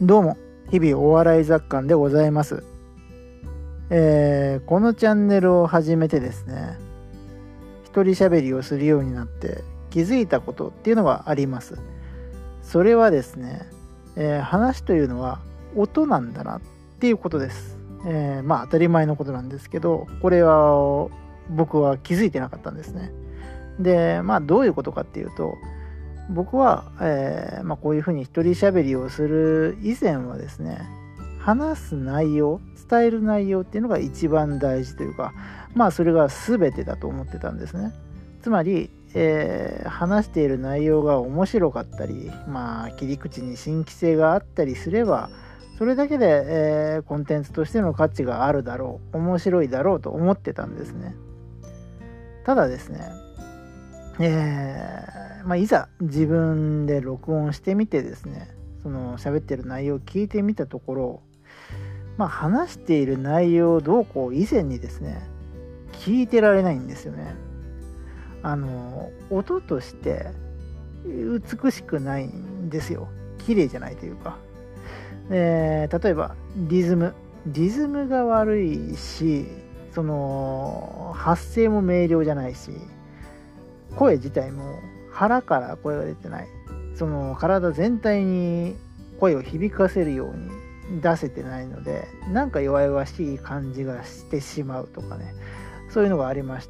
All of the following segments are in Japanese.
どうも、日々お笑い雑感でございます。このチャンネルを始めてですね、一人喋りをするようになって気づいたことっていうのがあります。それはですね、話というのは音なんだなっていうことです。当たり前のことなんですけど、これは僕は気づいてなかったんですね。で、どういうことかっていうと、僕は、こういうふうに一人喋りをする以前はですね、話す内容、伝える内容っていうのが一番大事というか、それが全てだと思ってたんですね。つまり、話している内容が面白かったり、切り口に新規性があったりすれば、それだけで、コンテンツとしての価値があるだろう、面白いだろうと思ってたんですね。ただですね、いざ自分で録音してみてですね、その喋ってる内容を聞いてみたところ、話している内容どうこう以前にですね、聞いてられないんですよね。音として美しくないんですよ。綺麗じゃないというか。例えばリズムが悪いし、その発声も明瞭じゃないし、声自体も腹から声が出てない、その体全体に声を響かせるように出せてないので、なんか弱々しい感じがしてしまうとかね、そういうのがありまして、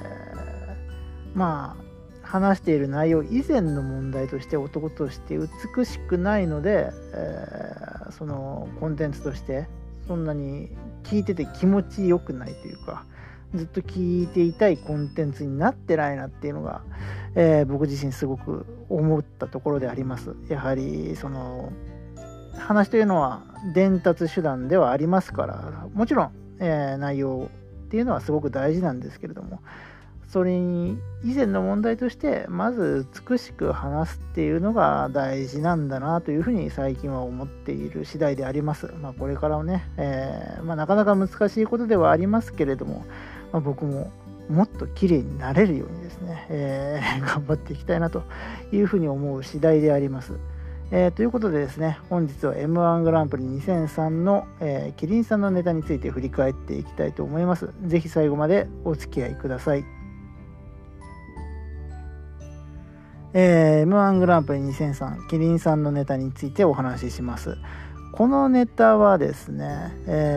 話している内容以前の問題として、男として美しくないので、そのコンテンツとしてそんなに聞いてて気持ちよくないというか、ずっと聞いていたいコンテンツになってないなっていうのが、僕自身すごく思ったところであります。やはりその話というのは伝達手段ではありますから、もちろん、内容っていうのはすごく大事なんですけれども、それに以前の問題としてまず美しく話すっていうのが大事なんだなというふうに最近は思っている次第であります。これからはね、なかなか難しいことではありますけれども、僕ももっと綺麗になれるようにですね、頑張っていきたいなというふうに思う次第であります。ということでですね、本日は M1 グランプリ2003の、キリンさんのネタについて振り返っていきたいと思います。ぜひ最後までお付き合いください。M1 グランプリ2003キリンさんのネタについてお話しします。このネタはですね、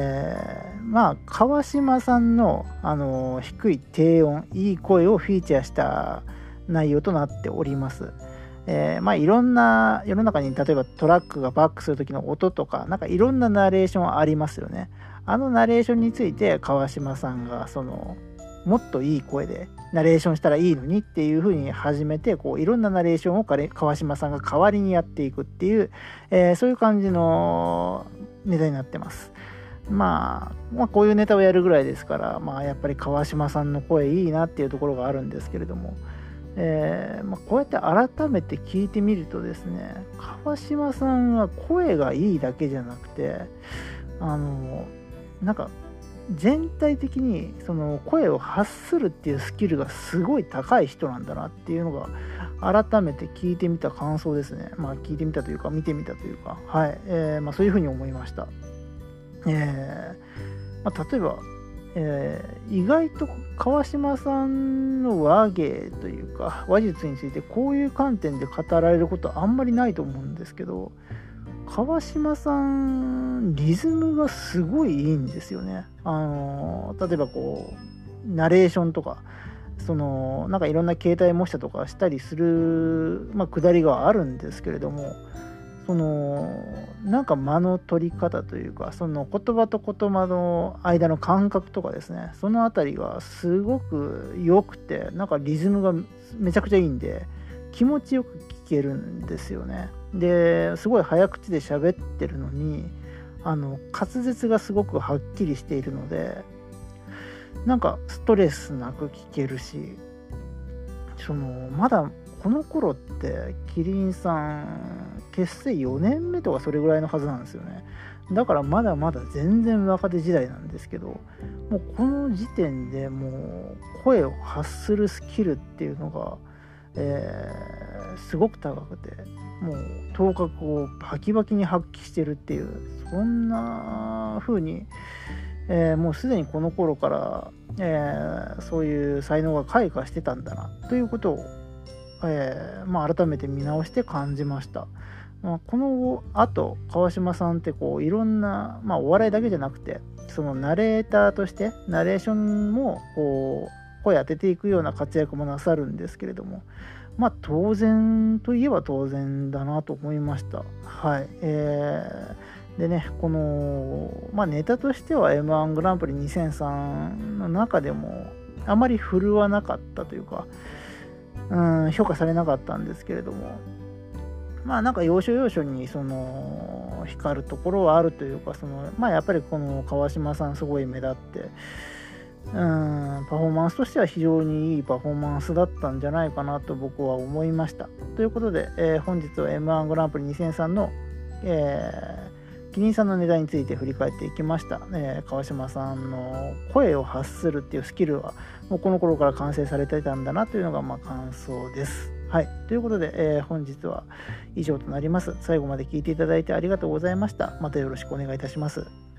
川島さんの、低い低音、いい声をフィーチャーした内容となっております。いろんな世の中に、例えばトラックがバックする時の音とか、いろんなナレーションありますよね。あのナレーションについて川島さんがもっといい声でナレーションしたらいいのにっていう風に始めて、いろんなナレーションを川島さんが代わりにやっていくっていう、そういう感じのネタになってます。こういうネタをやるぐらいですから、やっぱり川島さんの声いいなっていうところがあるんですけれども、こうやって改めて聞いてみるとですね、川島さんは声がいいだけじゃなくて、全体的にその声を発するっていうスキルがすごい高い人なんだなっていうのが改めて聞いてみた感想ですね。聞いてみたというか見てみたというか、そういうふうに思いました。例えば、意外と川島さんの話芸というか話術についてこういう観点で語られることあんまりないと思うんですけど、川島さんリズムがすごいいいんですよね。例えばナレーションとかいろんな携帯模写とかしたりするくだりがあるんですけれども、間の取り方というか、その言葉と言葉の間の感覚とかですね、そのあたりがすごく良くて、リズムがめちゃくちゃいいんで気持ちよく聞けるんですよね。ですごい早口で喋ってるのに滑舌がすごくはっきりしているので、ストレスなく聞けるし、まだこの頃ってキリンさん結成4年目とかそれぐらいのはずなんですよね。だからまだまだ全然若手時代なんですけど、もうこの時点でもう声を発するスキルっていうのが、 すごく高くて、もう頭角をバキバキに発揮してるっていう、そんな風に、もうすでにこの頃から、そういう才能が開花してたんだなということを、改めて見直して感じました。この後川島さんってこういろんな、お笑いだけじゃなくて、そのナレーターとしてナレーションもこう声当てていくような活躍もなさるんですけれども、当然といえば当然だなと思いました。はい。でね、この、ネタとしては M1 グランプリ2003の中でもあまり振るわなかったというか、評価されなかったんですけれども、なんか要所要所にその光るところはあるというか、やっぱりこの川島さんすごい目立って、パフォーマンスとしては非常にいいパフォーマンスだったんじゃないかなと僕は思いました。ということで、本日は M1 グランプリ2003の、キリンさんのネタについて振り返っていきました。川島さんの声を発するっていうスキルはもうこの頃から完成されていたんだなというのが感想です。はい。ということで、本日は以上となります。最後まで聞いていただいてありがとうございました。またよろしくお願いいたします。